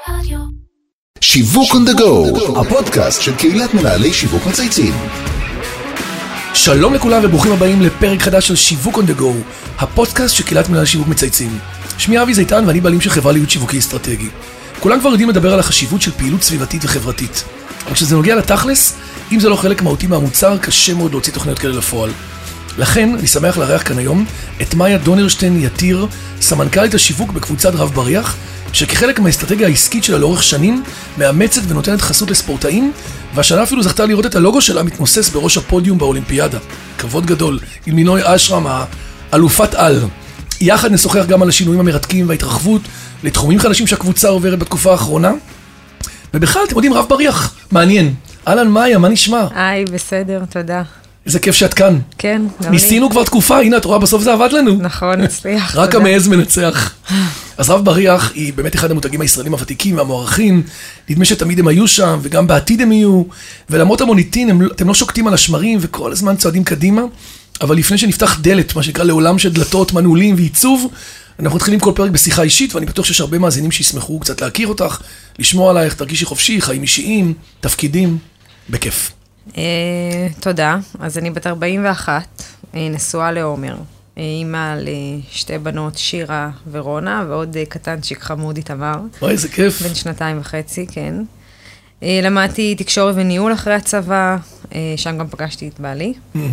שיווק on the go, הפודקאסט של קהילת מנהלי שיווק מצייצים. שלום לכולם וברוכים הבאים לפרק חדש של שיווק on the go, הפודקאסט של קהילת מנהלי שיווק מצייצים. שמי אבי זיתן ואני בעלים של חברה להיות שיווקי אסטרטגי. כולם כבר יודעים לדבר על החשיבות של פעילות סביבתית וחברתית. אבל כשזה נוגע לתכלס, אם זה לא חלק מהותי מהמוצר, קשה מאוד להוציא תוכניות כאלה לפועל. לכן אני שמח לארח כאן היום את מאיה דונרשטיין יתיר, סמנכ"לית השיווק בקבוצת רב בריח, שכחלק מהאסטרטגיה העסקית שלה לאורך שנים, מאמצת ונותנת חסות לספורטאים, והשנה אפילו זכתה לראות את הלוגו שלה מתנוסס בראש הפודיום באולימפיאדה. כבוד גדול, עם מינוי אשרם, האלופת על. יחד נשוחח גם על השינויים המרתקים וההתרחבות לתחומים חדשים שהקבוצה עוברת בתקופה האחרונה. ובכלל, אתם יודעים, רב בריח, מעניין. אהלן מאיה, מה נשמע? היי, בסדר, תודה. איזה כיף שאת כאן. כן, גם לי. ניסינו כבר תקופה, הנה את רואה, בסוף זה עבד לנו. נכון, הצליח. רק המעז מנצח. אז רב בריח היא באמת אחד המותגים הישראלים הוותיקים והמוערכים, נדמה שתמיד הם היו שם וגם בעתיד הם יהיו, ולמרות המוניטין אתם לא שוקטים על השמרים וכל הזמן צועדים קדימה, אבל לפני שנפתח דלת, מה שנקרא לעולם של דלתות, מנעולים ועיצוב, אנחנו מתחילים כל פרק בשיחה אישית, ואני בטוח שיש הרבה מאזינים שישמחו קצת להכיר אותך, לשמוע עלייך, תרגישי חופשי, חיים אישיים, תפקידים, בכיף. תודה. אז אני בת 41, נשואה לעומר. אימא לשתי בנות, שירה ורונה, ועוד קטנצ'יק חמוד איתמר. אוי, איזה כיף. בן 2.5, כן. למדתי תקשורת וניהול אחרי הצבא, שם גם פגשתי את בעלי.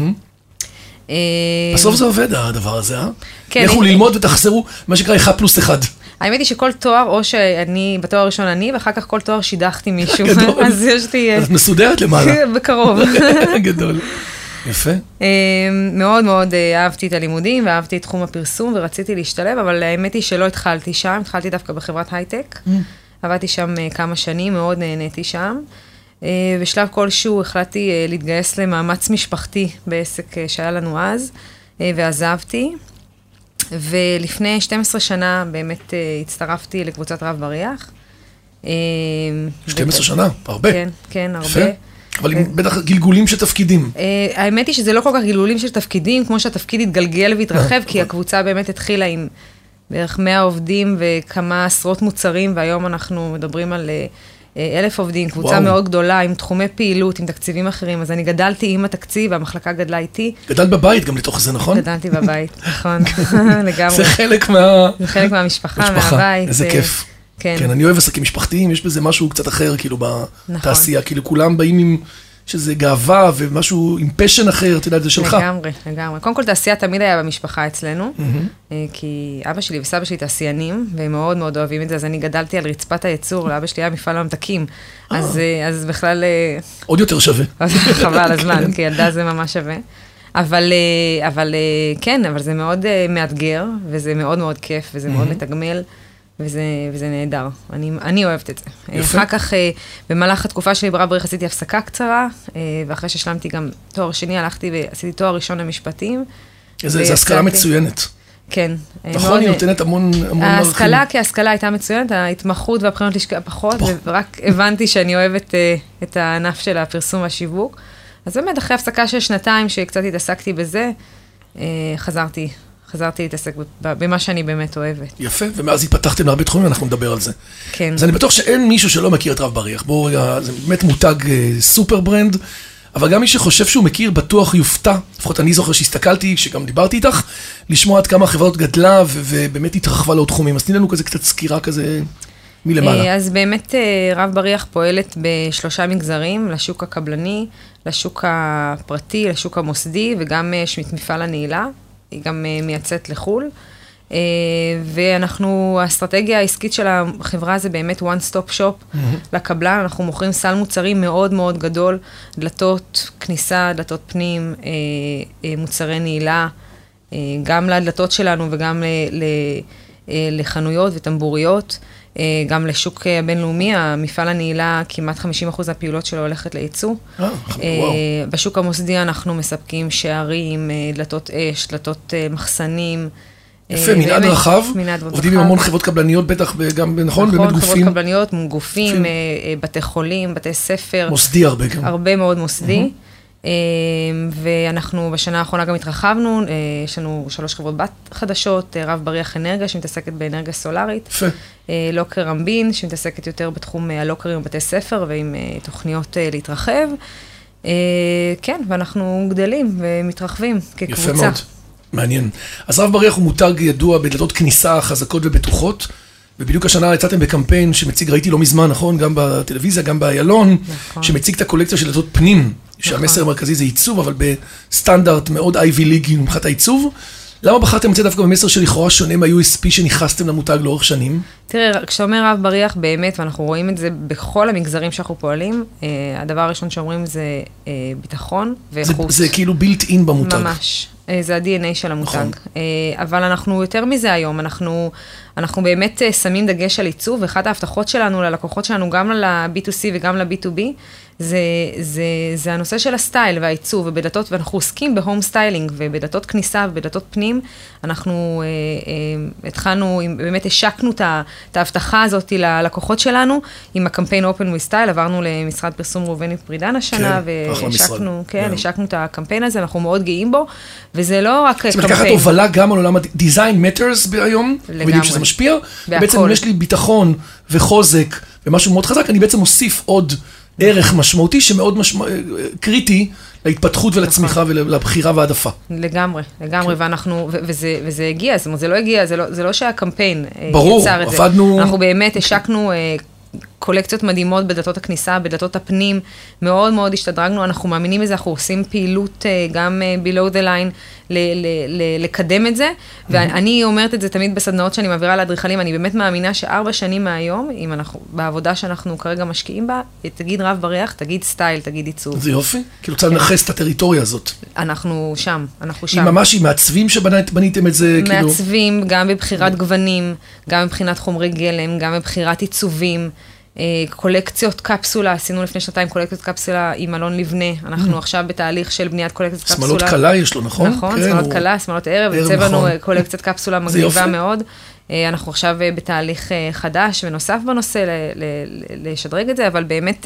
בסוף זה עובד הדבר הזה, אה? כן. לכו ללמוד ותחזרו, מה שנקרא 1+1. האמת היא שכל תואר, או שאני, בתואר הראשון אני, ואחר כך כל תואר שידחתי מישהו. גדול. אז יש לי... אז מסודרת למעלה. בקרוב. גדול. יפה. מאוד מאוד אהבתי את הלימודים, ואהבתי את תחום הפרסום, ורציתי להשתלב, אבל האמת היא שלא התחלתי שם, התחלתי דווקא בחברת הייטק. עבדתי שם כמה שנים, מאוד נהניתי שם. בשלב כלשהו החלטתי להתגייס למאמץ משפחתי בעסק שהיה לנו אז, ועזבתי. ולפני 12 שנה באמת הצטרפתי לקבוצת רב בריח. 12 שנה, הרבה. כן, כן, הרבה. יפה. אבל עם בטח גלגולים של תפקידים. האמת היא שזה לא כל כך גלגולים של תפקידים, כמו שהתפקיד התגלגל והתרחב, כי הקבוצה באמת התחילה עם בערך 100 עובדים וכמה עשרות מוצרים, והיום אנחנו מדברים על 1,000 עובדים, קבוצה מאוד גדולה, עם תחומי פעילות, עם תקציבים אחרים, אז אני גדלתי עם התקציב, והמחלקה גדלה איתי. גדלת בבית גם לתוך זה, נכון? גדלתי בבית, נכון, לגמרי. זה חלק מהמשפחה, מהבית. איזה כיף. כן, אני אוהב עסקים משפחתיים, יש בזה משהו קצת אחר, כאילו, בתעשייה, כאילו, כולם באים עם שזה גאווה ומשהו עם פשן אחר, אתה יודע, זה שלך. לגמרי. קודם כל, תעשייה תמיד היה במשפחה אצלנו, כי אבא שלי וסבא שלי תעשיינים, והם מאוד מאוד אוהבים את זה, אז אני גדלתי על רצפת הייצור, לאבא שלי היה מפעל ממתקים, אז בכלל... עוד יותר שווה. חבל הזמן, כי ילדה זה ממש שווה. אבל כן, אבל זה מאוד מאתגר, וזה מאוד מאוד כיף, וזה מאוד מתגמל. וזה נהדר. אני אוהבת את זה. אחר כך, במהלך התקופה שלי ברב בריח עשיתי הפסקה קצרה, ואחרי שהשלמתי גם תואר שני, הלכתי ועשיתי תואר ראשון למשפטים. זה השכלה מצוינת. כן. נכון, היא נותנת המון מרחים. ההשכלה כהשכלה הייתה מצוינת, ההתמחות והבחינות לשכה פחות, ורק הבנתי שאני אוהבת את הענף של הפרסום והשיווק. אז באמת, אחרי הפסקה של 2 שקצת התעסקתי בזה, חזרתי להתעסק במה שאני באמת אוהבת. יפה, ומאז התפתחתם להרבה תחומים, אנחנו נדבר על זה. כן. אז אני בטוח שאין מישהו שלא מכיר את רב בריח. בואו רגע, זה באמת מותג סופר ברנד, אבל גם מי שחושב שהוא מכיר, בטוח יופתע. לפחות אני זוכר שהסתכלתי, שגם דיברתי איתך, לשמוע עד כמה החברות גדלה, ובאמת התרחבה לעוד תחומים. אז תני לנו כזה קצת סקירה כזה מלמעלה. אז באמת רב בריח פועלת ב3 מגזרים, לשוק הקבלני, לשוק הפרטי, לשוק המוסדי, וגם מפעל הנעילה. היא גם מייצאת לחול, ואנחנו, האסטרטגיה העסקית של החברה זה באמת one stop shop לקבלן, אנחנו מוכרים סל מוצרים מאוד מאוד גדול, דלתות כניסה, דלתות פנים, מוצרי נעילה, גם לדלתות שלנו וגם לחנויות וטמבוריות, גם לשוק הבינלאומי, המפעל הנעילה, כמעט 50% הפעולות שלו הולכת לייצוא. בשוק המוסדי אנחנו מספקים שערים, דלתות אש, דלתות מחסנים. יפה, מנעד רחב. עובדים עם המון חברות קבלניות, בטח גם, נכון? נכון, חברות קבלניות, גופים, בתי חולים, בתי ספר. מוסדי הרבה גם. הרבה מאוד מוסדי. ואנחנו בשנה האחרונה גם התרחבנו, יש לנו 3 חברות בת חדשות, רב בריח אנרגיה שמתעסקת באנרגיה סולארית, לוקר רמבין שמתעסקת יותר בתחום הלוקרים בבתי ספר ועם תוכניות להתרחב. כן, ואנחנו גדלים ומתרחבים כקבוצה. יפה מאוד, מעניין. אז רב בריח הוא מותג ידוע בדלתות כניסה חזקות ובטוחות, ובדיוק השנה יצאתם בקמפיין שמציג, ראיתי לא מזמן, נכון? גם בטלוויזיה, גם באיילון, נכון. שמציג את הקולקציה של דלתות פנים, נכון. שהמסר המרכזי זה עיצוב, אבל בסטנדרט מאוד אייבי ליגי מבחינת העיצוב. למה בחרתם לצאת דווקא במסר שלכאורה שונה מה-USP שנכנסתם למותג לאורך שנים? תראה, כשאומר רב בריח באמת, ואנחנו רואים את זה בכל המגזרים שאנחנו פועלים, הדבר הראשון שאומרים זה ביטחון ואיכות. זה כאילו built in במותג. ממש. זה ה-DNA של המותג. נכון. אבל אנחנו יותר מזה היום, אנחנו באמת שמים דגש על עיצוב, ואחת ההבטחות שלנו ללקוחות שלנו, גם ל-B2C וגם ל-B2B, זה הנושא של הסטייל והעיצוב ובדלתות, ואנחנו עוסקים בהום סטיילינג ובדלתות כניסה ובדלתות פנים. אנחנו התחלנו, באמת השקנו את ההבטחה הזאת ללקוחות שלנו, עם הקמפיין Open with Style, עברנו למשרד פרסום ראובני פרידן השנה, והשקנו את הקמפיין הזה, אנחנו מאוד גאים בו, וזה לא רק קמפיין. זאת אומרת, לקחת הובלה גם על עולם ה-Design Matters היום, בדיוק שזה משפיע, ובעצם אם יש לי ביטחון וחוזק ומשהו מאוד חזק, אני בעצם מוסיף עוד ערך משמעותי שמאוד קריטי להתפתחות ולצמיחה ולבחירה והעדפה. לגמרי, ואנחנו, וזה הגיע, זאת אומרת, זה לא הגיע, זה לא שהקמפיין יצר את זה. ברור, עבדנו. אנחנו באמת השקנו קולקציות מדהימות בדלתות הכניסה, בדלתות הפנים, מאוד מאוד השתדרגנו, אנחנו מאמינים בזה, אנחנו עושים פעילות גם below the line, לקדם את זה, ואני אומרת את זה תמיד בסדנאות שאני מעבירה לאדריכלים, אני באמת מאמינה ש4 שנים מהיום, אם אנחנו, בעבודה שאנחנו כרגע משקיעים בה, תגיד רב בריח, תגיד סטייל, תגיד עיצוב. זה יופי, כאילו רוצה לנחס את הטריטוריה הזאת. אנחנו שם. עם ממש עם מעצבים שבניתם את זה, כאילו. מעצבים, גם בבחירת גוונים, גם מבחינת חומרי גלם, גם בבחירת עיצובים, קולקציות קפסולה, עשינו לפני 2 קולקציות קפסולה עם אלון לבנה, אנחנו עכשיו בתהליך של בניית קולקציות קפסולה. שמלות קלה יש לו, נכון? נכון, שמלות קלה, שמלות ערב, הצבנו קולקציית קפסולה מגניבה מאוד. אנחנו עכשיו בתהליך חדש ונוסף בנושא לשדרג את זה, אבל באמת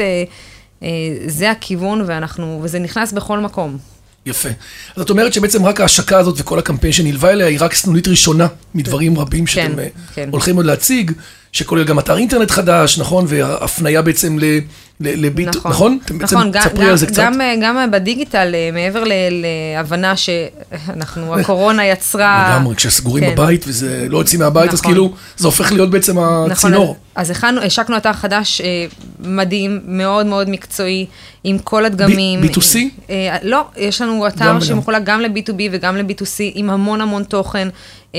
זה הכיוון וזה נכנס בכל מקום. יפה. אז את אומרת שבעצם רק ההשקה הזאת וכל הקמפיין שנלווה אליה, היא רק סנונית ראשונה מדברים רבים שאתם הולכים עוד להציג, שכולל גם אתר אינטרנט חדש, נכון? והפנייה בעצם לביט, נכון? נכון, גם בדיגיטל, מעבר להבנה שאנחנו, הקורונה יצרה... לגמרי, כשסגורים בבית וזה לא יוצאים מהבית, אז כאילו זה הופך להיות בעצם הצינור. אז השקנו אתר חדש מדהים, מאוד מאוד מקצועי, עם כל הדגמים. B2C? לא, יש לנו אתר שמחולק גם ל-B2B וגם ל-B2C, עם המון תוכן,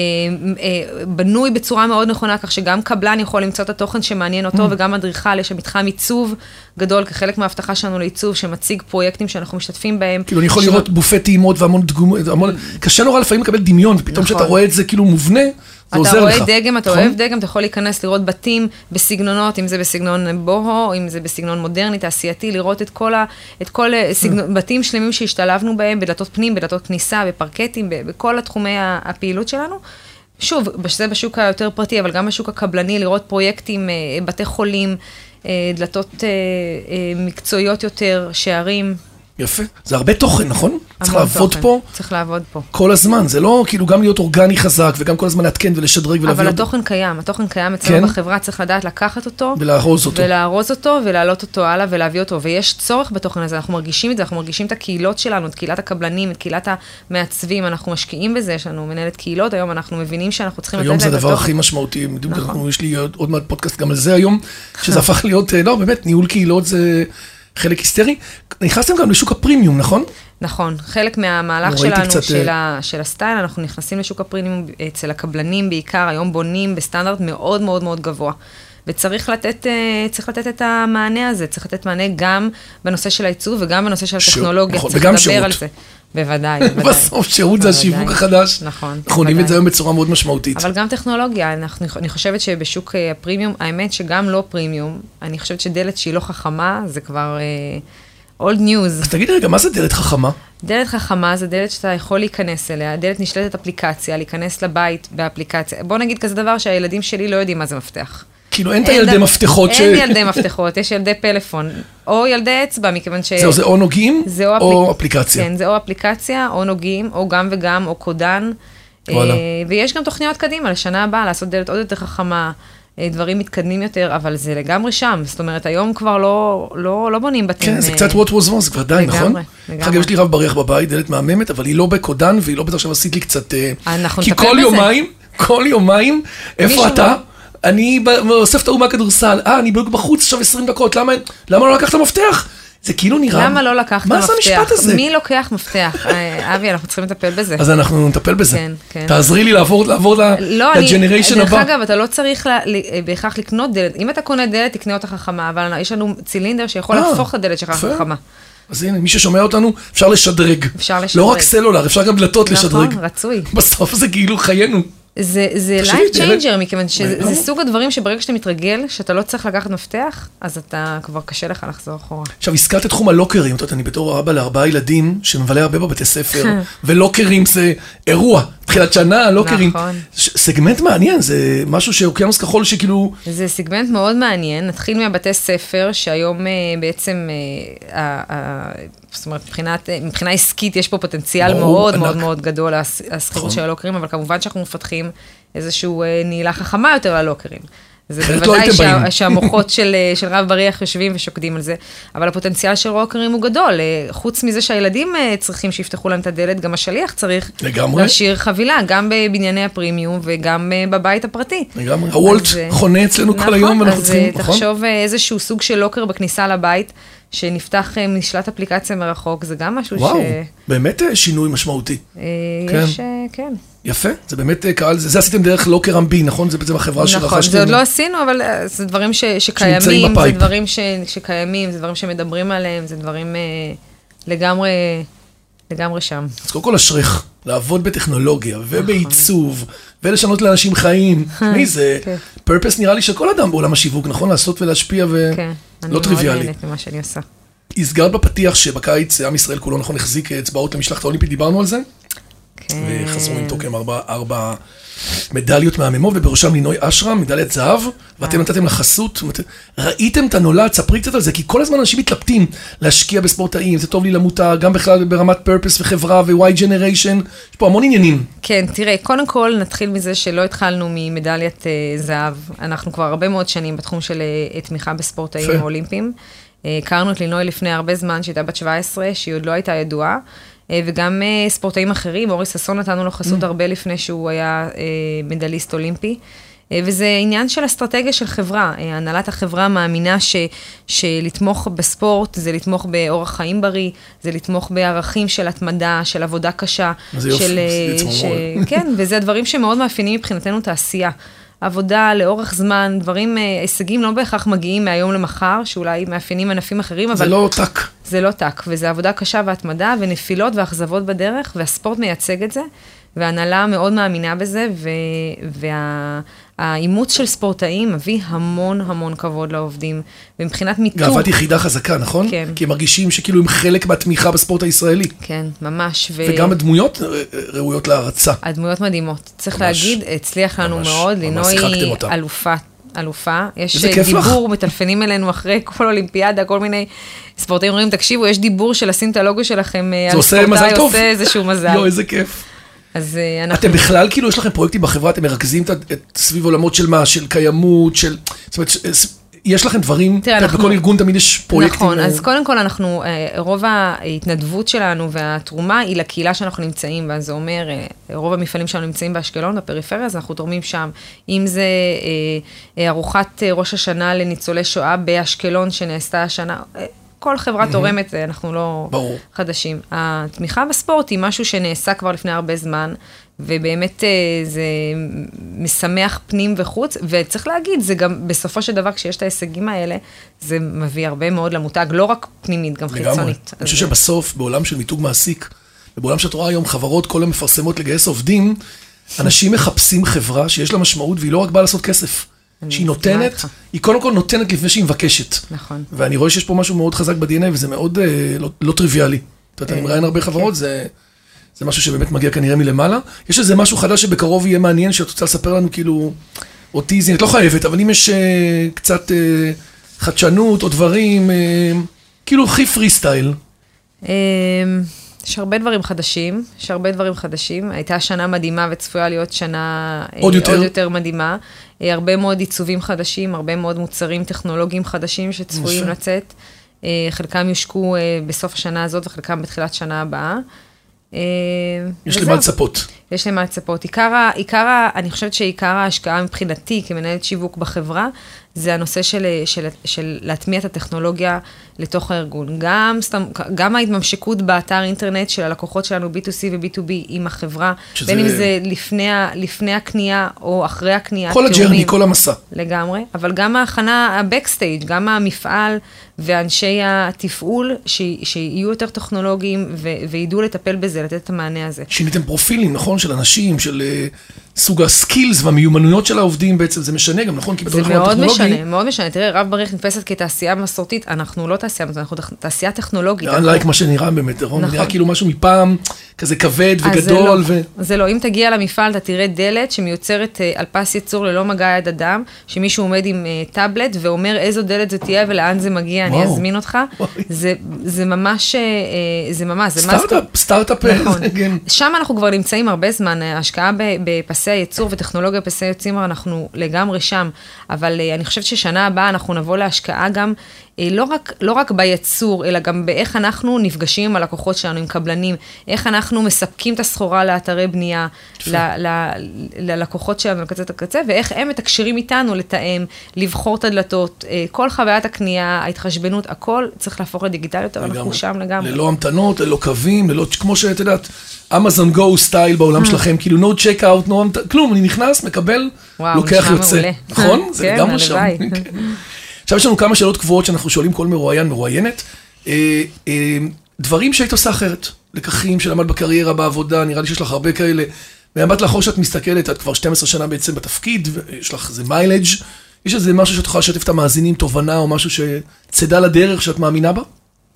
בנוי בצורה מאוד נכונה, כך שגם קבלן יכול למצוא את התוכן שמעניין אותו, וגם אדריכל, יש מתחם עיצוב גדול, כחלק מההבטחה שלנו לעיצוב, שמציג פרויקטים שאנחנו משתתפים בהם. כאילו אני יכול לראות בופי טעימות והמון דגומות, קשה נורא לפעמים לקבל דמיון, ופתאום שאתה רואה את זה כאילו מובנה, זה עוזר לך. אתה רואה דגם, אתה אוהב דגם, אתה יכול להיכנס לראות בתים בסגנונות, אם זה בסגנון בוהו, אם זה בסגנון מודרני, תעשייתי, לראות את כל בתים שלמים שהשתלבנו בהם, בדלתות פנים, בדלתות כניסה, בפרקטים, בכל התחומי הפעילות שלנו. שוב, זה בשוק היותר פרטי, אבל גם בשוק הקבלני, לראות פרויקטים, בתי חולים, דלתות מקצועיות יותר, שערים. יפה. זה הרבה תוכן, נכון? צריך לעבוד פה. צריך לעבוד פה. כל הזמן. זה לא כאילו גם להיות אורגני חזק, וגם כל הזמן להתקן ולשדרג ולהביא. אבל התוכן קיים. התוכן קיים אצלנו בחברה, צריך לדעת לקחת אותו. ולארוז אותו. ולארוז אותו, ולהעלות אותו הלאה, ולהביא אותו. ויש צורך בתוכן הזה. אנחנו מרגישים את זה. אנחנו מרגישים את הקהילות שלנו, את קהילת הקבלנים, את קהילת המעצבים. אנחנו משקיעים בזה. יש לנו מנהלת קהילות. היום אנחנו מבינים שאנחנו צריכים היום זה הדבר הכי משמעותי. יש לי עוד מעט פודקאסט גם על זה היום, שזה הפך להיות, לא, באמת, ניהול קהילות זה חלק היסטרי. נכנסתם גם לשוק הפרימיום, נכון? נכון. חלק מהמהלך שלנו של הסטייל, אנחנו נכנסים לשוק הפרימיום אצל הקבלנים בעיקר, היום בונים בסטנדרט מאוד מאוד מאוד גבוה. וצריך לתת את המענה הזה, צריך לתת מענה גם בנושא של הייצור וגם בנושא של הטכנולוגיה. צריך לדבר על זה. בוודאי. בסוף שירות זה השיווק החדש. נכון. אנחנו עונים את זה היום בצורה מאוד משמעותית. אבל גם טכנולוגיה, אני חושבת שבשוק הפרימיום, האמת שגם לא פרימיום, אני חושבת שדלת שהיא לא חכמה, זה כבר old news. אז תגידי רגע, מה זה דלת חכמה? דלת חכמה זה דלת שאתה יכול להיכנס אליה, דלת נשלטת אפליקציה, להיכנס לבית באפליקציה. בוא נגיד כזה דבר שהילדים שלי לא יודעים מה זה מפתח. כאילו אין את הילדי מפתחות אין ילדי מפתחות, יש ילדי פלאפון, או ילדי אצבע, מכיוון ש... זה או נוגעים, או אפליקציה. כן, זה או אפליקציה, או נוגעים, או גם וגם, או קודן. ויש גם תוכניות קדימה, לשנה הבאה, לעשות דלת עוד יותר חכמה, דברים מתקדמים יותר, אבל זה לגמרי שם. זאת אומרת, היום כבר לא בונים בתים. כן, זה קצת what was was, זה כבר די, נכון? לגמרי. יש לי רב בריח בבית, דלת מהממת, אבל היא לא בקודן, והיא לא בטח עכשיו עשית לי קצת... כי כל יומיים, איפה אתה? אני אוסף את האומה כדורסל, אני בחוץ עכשיו 20 דקות, למה לא לקחת מפתח? זה כאילו נראה... למה לא לקחת מפתח? מה זה המשפט הזה? מי לוקח מפתח? אבי, אנחנו צריכים לטפל בזה. אז אנחנו נטפל בזה. כן, כן. תעזרי לי לעבור לג'נריישן הבא. דרך אגב, אתה לא צריך בהכרח לקנות דלת. אם אתה קונה דלת, תקנה אותה חכמה, אבל יש לנו צילינדר שיכול להפוך את הדלת שלך חכמה. אז הנה, מי ששומע אותנו, אפשר לשדרג. לא רק סלולר, אפשר גם דלתות לשדרג. נכון, רצוי. בסוף זה כאילו חיינו. זה life changer, מכיוון שזה סוג הדברים שברגע שאתה מתרגל, שאתה לא צריך לקחת מפתח, אז אתה כבר קשה לך לחזור אחורה. עכשיו, הזכרת את תחום הלוקרים, אני בתור אבא ל4 ילדים, שמבלה הרבה בבתי ספר, ולוקרים זה אירוע, תחילת שנה, לוקרים. נכון. סגמנט מעניין, זה משהו שאוקיינוס כחול שכאילו... זה סגמנט מאוד מעניין, נתחיל מהבתי ספר, שהיום בעצם, זאת אומרת, מבחינה עסקית יש פה פוטנציאל מאוד מאוד מאוד גדול לסחירות של הלוקרים, אבל כמובן שאנחנו מפתחים איזשהו נעילה חכמה יותר ללוקרים. זה בוודאי שהמוחות של רב בריח יושבים ושוקדים על זה, אבל הפוטנציאל של לוקרים הוא גדול. חוץ מזה שהילדים צריכים שיפתחו להם את הדלת, גם השליח צריך להשאיר חבילה, גם בבנייני הפרימיום וגם בבית הפרטי. לגמרי. הוולט חונה אצלנו כל היום, ואנחנו צריכים, נכון? אז תחשוב איזשהו סוג של לוקר בכניסה לבית, שנפתח משלט אפליקציה מרחוק, זה גם משהו וואו, באמת שינוי משמעותי. יש, כן. יפה, זה באמת קהל, זה עשיתם דרך לוקר אמבי, נכון? זה בעצם החברה שרכשתם. נכון, זה עוד לא עשינו, אבל זה דברים שקיימים, זה דברים שקיימים, זה דברים שמדברים עליהם, זה דברים לגמרי שם. אז קודם כל אשריך, לעבוד בטכנולוגיה ובעיצוב, ולשנות לאנשים חיים. מי זה? פרפס נראה לי שכל אדם בעולם השיווק, נכון? לעשות ולהשפיע ולא טריוויאלי. אני מאוד נהנית ממה שאני עושה. הסגרת בפתיח שבקיץ עם ישראל כולו, נכון, החזיק אצבעות למשלחת האולימפית, דיברנו על זה? וחזרו עם תוקם 4 מדליות מהממות, ובראשם לינוי אשרה, מדליית זהב, ואתם נתתם לחסות, ראיתם את הנולד, ספרי קצת על זה, כי כל הזמן אנשים מתלבטים להשקיע בספורטאים, זה טוב לי למותה, גם בכלל ברמת פרפס וחברה ו-Y Generation, יש פה המון עניינים. כן, תראה, קודם כל נתחיל מזה שלא התחלנו ממדליית זהב, אנחנו כבר הרבה מאוד שנים בתחום של תמיכה בספורטאים אולימפיים, הכרנו את לינוי לפני הרבה זמן, שהייתה בת 17, שהיא עוד לא הייתה ידועה, וגם ספורטאים אחרים, אורי ססון נתנו לו חסות הרבה לפני שהוא היה מדליסט אולימפי, וזה עניין של אסטרטגיה של חברה. הנהלת החברה מאמינה שלתמוך בספורט, זה לתמוך באורח חיים בריא, זה לתמוך בערכים של התמדה, של עבודה קשה. זה יופי, כן, וזה הדברים שמאוד מאפיינים מבחינתנו תעשייה. עבודה לאורך זמן, דברים, הישגים לא בהכרח מגיעים מהיום למחר, שאולי מאפיינים ענפים אחרים, אבל... זה לא טק. זה לא טק, וזה עבודה קשה והתמדה, ונפילות ואכזבות בדרך, והספורט מייצג את זה, וההנהלה מאוד מאמינה בזה, והאימוץ של ספורטאים מביא המון המון כבוד לעובדים, ומבחינת מיתוג... גאוות יחידה חזקה, נכון? כן. כי הם מרגישים שכאילו הם חלק מהתמיכה בספורט הישראלי. כן, ממש. וגם הדמויות ראויות להרצה. הדמויות מדהימות. צריך להגיד, הצליח לנו מאוד, לינוי אלופה. יש דיבור, מטלפנים אלינו אחרי כל אולימפיאדה, כל מיני ספורטאים אומרים, תקשיבו, יש דיבור של לשים את הלוגו שלכם על ספורטאי, עושה איזשהו מזל. לא, איזה כיף. אתם בכלל, כאילו, יש לכם פרויקטים בחברה, אתם מרכזים את סביב עולמות של מה? של קיימות, של... זאת אומרת, יש לכם דברים, בכל ארגון תמיד יש פרויקטים. נכון, אז קודם כל אנחנו, רוב ההתנדבות שלנו והתרומה היא לקהילה שאנחנו נמצאים בה, זה אומר, רוב המפעלים שלנו נמצאים באשקלון, בפריפריה, אז אנחנו תורמים שם. אם זה ארוחת ראש השנה לניצולי שואה באשקלון שנעשתה השנה, כל חברה תורמת, אנחנו לא חדשים. התמיכה בספורט היא משהו שנעשה כבר לפני הרבה זמן, ובאמת זה משמח פנים וחוץ, וצריך להגיד, זה גם בסופו של דבר, כשיש את ההישגים האלה, זה מביא הרבה מאוד למותג, לא רק פנימית, גם חיצונית. אני חושב שבסוף, בעולם של מיתוג מעסיק, ובעולם שאת רואה היום חברות, כל המפרסמות לגייס עובדים, אנשים מחפשים חברה שיש לה משמעות, והיא לא רק באה לעשות כסף. שהיא נותנת, היא קודם כל נותנת לפני שהיא מבקשת. נכון. ואני רואה שיש פה משהו מאוד חזק ב-DNA, וזה מאוד לא טריוויאלי. זאת אומרת, אני מראיין הרבה חברות, זה משהו שבאמת מגיע כנראה מלמעלה. יש איזה משהו חדש שבקרוב יהיה מעניין, שאת רוצה לספר לנו כאילו... אוטיזם, את לא חייבת, אבל אם יש קצת חדשנות או דברים, כאילו הכי פרי סטייל. יש הרבה דברים חדשים, הייתה שנה מדהימה וצפויה להיות שנה עוד יותר מדהימה. הרבה מאוד עיצובים חדשים, הרבה מאוד מוצרים טכנולוגיים חדשים שצפויים לצאת. חלקם יושקו בסוף השנה הזאת וחלקם בתחילת שנה הבאה. יש למה לצפות. יש למה לצפות. אני חושבת שעיקר ההשקעה מבחינתי כמנהלת שיווק בחברה, זה הנושא של להטמיע את הטכנולוגיה לתוך הארגון. גם ההתממשקות באתר אינטרנט של הלקוחות שלנו B2C ו-B2B עם החברה, בין אם זה לפני הקנייה או אחרי הקנייה. כל הג'רני, כל המסע. לגמרי, אבל גם ההכנה, הבקסטייג', גם המפעל ואנשי התפעול, שיהיו יותר טכנולוגיים וידעו לטפל בזה, לתת את המענה הזה. שיניתם פרופילים, נכון? של אנשים, של סוג הסקילס והמיומנויות של העובדים בעצם, זה משנה גם, נכון? זה מאוד משנה, מאוד משנה. תראה, רב בריח נתפסת כתעשייה מסורתית, אנחנו לא תעשייה, אנחנו תעשייה טכנולוגית. לייק מה שנראה באמת, נכון? נראה כאילו משהו מפעם, כזה כבד וגדול. זה לא, אם תגיע למפעל, אתה תראה דלת שמיוצרת על פס ייצור ללא מגע יד אדם, שמישהו עומד עם טאבלט ואומר איזו דלת זה תהיה ולאן זה מגיע, אני אזמין אותך. זה ממש, סטארט-אפ. שם אנחנו כבר נמצאים הרבה זמן, ההשקעה בפסי הייצור וטכנולוגיה בפסי הייצור, אנחנו לגמרי שם, אבל אני חושבת ששנה הבאה אנחנו נבוא להשקעה גם, לא רק בייצור, אלא גם באיך אנחנו נפגשים עם הלקוחות שלנו, עם קבלנים, איך אנחנו מספקים את הסחורה לאתרי בנייה, ללקוחות שלנו לקצה את הקצה, ואיך הם מתקשרים איתנו לתאם, לבחור את הדלתות, כל חוויית הקנייה, ההתחשבנות, הכל צריך להפוך לדיגיטליות, אבל אנחנו שם לגמרי. ללא המתנות, ללא קווים, כמו שאת יודעת, אמזון גו סטייל בעולם שלכם, כאילו no check out, כלום, אני נכנס, מקבל, לוקח יוצא. נכון? זה לגמרי שם. עכשיו יש לנו כמה שאלות קבועות שאנחנו שואלים כל מרואיין, מרואיינת. דברים שהיית עושה אחרת, לקחים שלמד בקריירה, בעבודה, נראה לי שיש לך הרבה כאלה. מהמבט לאחור שאת מסתכלת, את כבר 12 שנה בעצם בתפקיד, ויש לך איזה מיילג'. יש איזה משהו שאת יכולה לשתף את המאזינים, תובנה או משהו שצדה לדרך שאת מאמינה בה?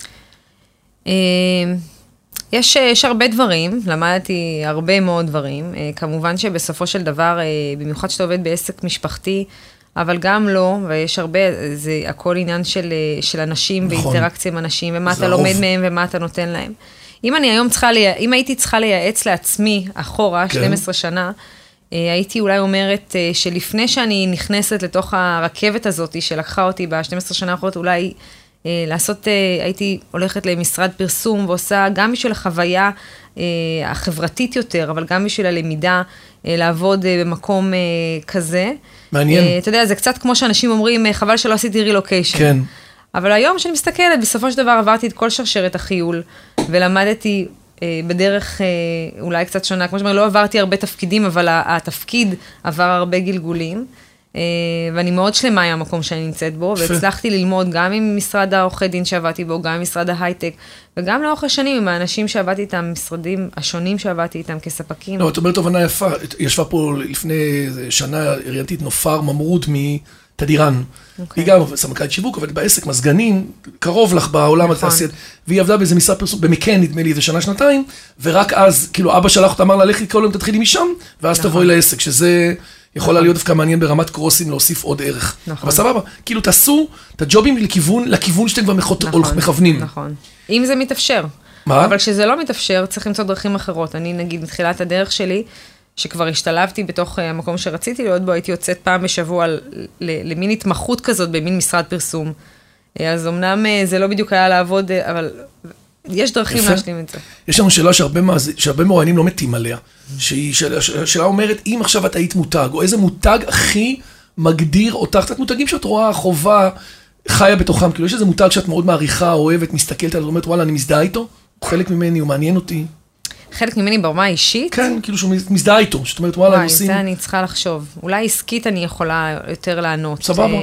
יש הרבה דברים, למדתי הרבה מאוד דברים. כמובן שבסופו של דבר, במיוחד שאתה עובד בעסק משפחתי, אבל גם לא, ויש הרבה, זה הכל עניין של אנשים, ואינטראקציה עם אנשים, ומה אתה לומד מהם ומה אתה נותן להם. אם הייתי צריכה לייעץ לעצמי אחורה, 12 שנה, הייתי אולי אומרת שלפני שאני נכנסת לתוך הרכבת הזאת, שלקחה אותי ב-12 שנה האחרות, אולי הייתי הולכת למשרד פרסום, ועושה גם בשביל החוויה החברתית יותר, אבל גם בשביל הלמידה, לעבוד במקום כזה. מעניין. אתה יודע, זה קצת כמו שאנשים אומרים, חבל שלא עשיתי רילוקיישן. כן. אבל היום שאני מסתכלת, בסופו של דבר עברתי את כל שרשרת החיול, ולמדתי בדרך אולי קצת שונה, כמו שאומר, לא עברתי הרבה תפקידים, אבל התפקיד עבר הרבה גלגולים, ואני מאוד שלמה עם המקום שאני נמצאת בו, והצלחתי ללמוד גם עם משרד העורכי דין שעבדתי בו, גם עם משרד ההייטק, וגם לאורך השנים עם האנשים שעבדתי איתם, משרדים השונים שעבדתי איתם כספקים. לא, את אומרת תובנה יפה, ישבה פה לפני שנה, ראיינתית נופר ממרוד מתדירן. היא גם סמנכ"לית שיווק, אבל בעסק מזגנים, קרוב לך בעולם התעשיית, והיא עבדה באיזה משרד פרסום, במקן נדמה לי איזה שנה-שנתיים, ורק אז, כאילו אבא שלח אותה, אמר לה, לכי כל יום תתחילי משם, ואז תבואי לעסק, שזה יכולה להיות דווקא מעניין ברמת קרוסים להוסיף עוד ערך. אבל סבבה, כאילו תעשו את הג'ובים לכיוון שאתם כבר מכוונים. נכון. אם זה מתאפשר. מה? אבל כשזה לא מתאפשר, צריך למצוא דרכים אחרות. אני נגיד, מתחילת הדרך שלי, שכבר השתלבתי בתוך המקום שרציתי להיות בו, הייתי יוצאת פעם בשבוע למין התמחות כזאת במין משרד פרסום. אז אמנם זה לא בדיוק היה לעבוד, אבל יש דרכים להשלים את זה. יש לנו שאלה שהרבה מרואיינים לא מתים עליה, שאלה אומרת, אם עכשיו את היית מותג, או איזה מותג הכי מגדיר אותך, את מותגים שאת רואה חובה, חיה בתוכם, כאילו יש איזה מותג שאת מאוד מעריכה, אוהבת, מסתכלת עליו, אומרת, וואלה, אני מזדהה איתו, הוא חלק ממני, הוא מעניין אותי. חלק ממני ברמה האישית? כן, כאילו שהוא מזדהה איתו, שאת אומרת, וואלה, עושים... זה אני צריכה לחשוב. אולי עסקית אני יכולה יותר לענות. סבבה.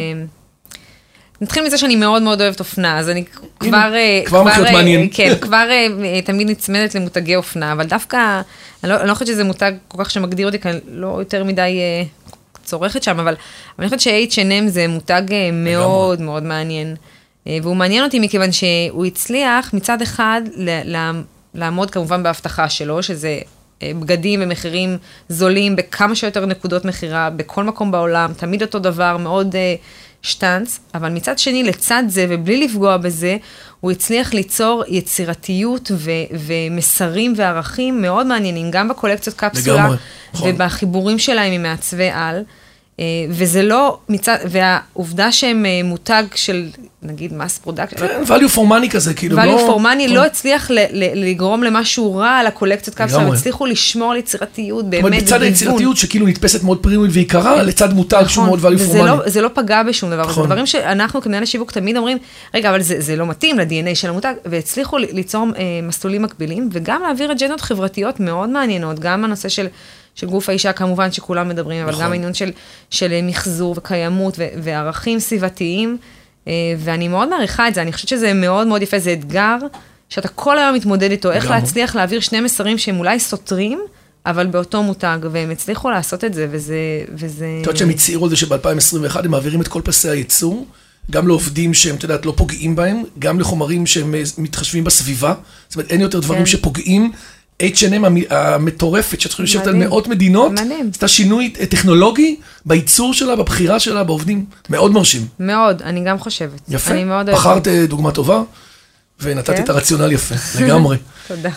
נתחיל מזה שאני מאוד מאוד אוהבת אופנה, אז אני כבר מחיות מעניין. כן, כבר תמיד נצמדת למותגי אופנה, אבל דווקא, אני לא חושבת שזה מותג כל כך שמגדיר אותי, כי אני לא יותר מדי צורכת שם, אבל אני חושבת ש-H&M זה מותג מאוד מאוד מעניין, והוא מעניין אותי מכיוון שהוא הצליח מצד אחד לעמוד כמובן בהבטחה שלו, שזה בגדים ומחירים זולים, בכמה שיותר נקודות מחירה, בכל מקום בעולם, תמיד אותו דבר, מאוד שטנץ, אבל מצד שני, לצד זה, ובלי לפגוע בזה, הוא הצליח ליצור יצירתיות ומסרים וערכים מאוד מעניינים, גם בקולקציות קפסולה, ובחיבורים שלהם עם מעצבי על, וזה לא, והעובדה שהם מותג של, נגיד, מס פרודקט. כן, value for money כזה, כאילו. value for money לא הצליח לגרום למשהו רע על הקולקציות קפסולה, הם הצליחו לשמור על יצירתיות, באמת בגיוון. בצד היצירתיות שכאילו נתפסת מאוד פרימית ויקרה, לצד מותג שהוא מאוד value for money. זה לא פגע בשום דבר, זה דברים שאנחנו כמנהלי שיווק תמיד אומרים, רגע, אבל זה לא מתאים ל-DNA של המותג, והצליחו ליצור מסלולים מקבילים, וגם להעביר אג'נדות חברתיות מאוד מעניינות, גם הנושא של גוף האישה, כמובן שכולם מדברים, אבל גם העניין של מחזור וקיימות וערכים סביבתיים, ואני מאוד מעריכה את זה, אני חושבת שזה מאוד מאוד יפה, זה אתגר שאתה כל היום מתמודד איתו, איך להצליח להעביר שני מסרים שהם אולי סותרים, אבל באותו מותג, והם הצליחו לעשות את זה, וזה... אתה יודעת שהם הצעירו על זה שב-2021 הם מעבירים את כל פסי הייצור, גם לעובדים שהם, אתה יודעת, לא פוגעים בהם, גם לחומרים שהם מתחשבים בסביבה, זאת אומרת, אין יותר דברים שפוגעים, H&M המטורפת, שאת חושבת על מאות מדינות, עשתה שינוי טכנולוגי בייצור שלה, בבחירה שלה, בעובדים. מאוד מרשים. מאוד, אני גם חושבת. יפה, בחרת דוגמה טובה, ונתת את הרציונל יפה, לגמרי. תודה.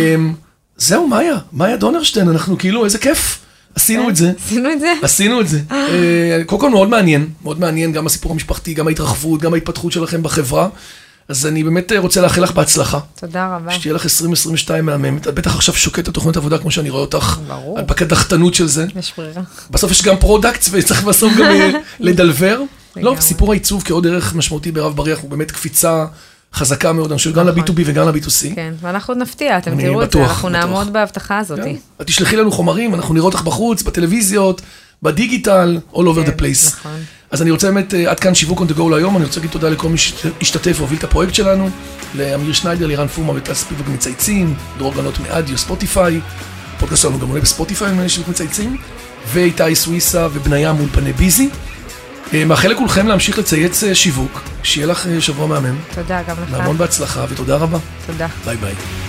זהו, מאיה דונרשטיין, אנחנו כאילו, איזה כיף. עשינו את זה. עשינו את זה. קודם כל מאוד מעניין, גם הסיפור המשפחתי, גם ההתרחבות, גם ההתפתחות שלכם בחברה. אז אני באמת רוצה לאחל לך בהצלחה. תודה רבה. שתהיה לך 2022 מהממת. את בטח עכשיו שוקטת תוכנית עבודה כמו שאני רואה אותך. ברור. על בקדחתנות של זה. יש ברירה. בסוף יש גם פרודקטס וצריך בסוף גם לדלבר. לא, סיפור העיצוב כעוד ערך משמעותי ברב בריח הוא באמת קפיצה חזקה מאוד. אני חושב גם ל-B2B וגם ל-B2C. כן, ואנחנו עוד נפתיע, אתם תראו את זה, אנחנו נעמוד בהבטחה הזאת. את תשלחי לנו חומרים, אנחנו נראה אותך בחוץ, בטלוויזיות, בדיגיטל, all over the place. נכון. אז אני רוצה באמת, עד כאן שיווק on the go להיום, אני רוצה להגיד תודה לכל מי שהשתתף והוביל את הפרויקט שלנו, לאמיר שניידר, לירן פורמה וטס פיבוק מצייצים, דרור גנות מאדיו, ספוטיפיי, הפודקאסט שלנו גם עולה בספוטיפיי, מנהל שיווק מצייצים, ואיתי סוויסה ובניה מול פני ביזי. מאחל לכולכם להמשיך לצייץ שיווק, שיהיה לך שבוע מהמם. תודה, גם לך. והמון בהצלחה ותודה רבה. תודה. ביי ביי.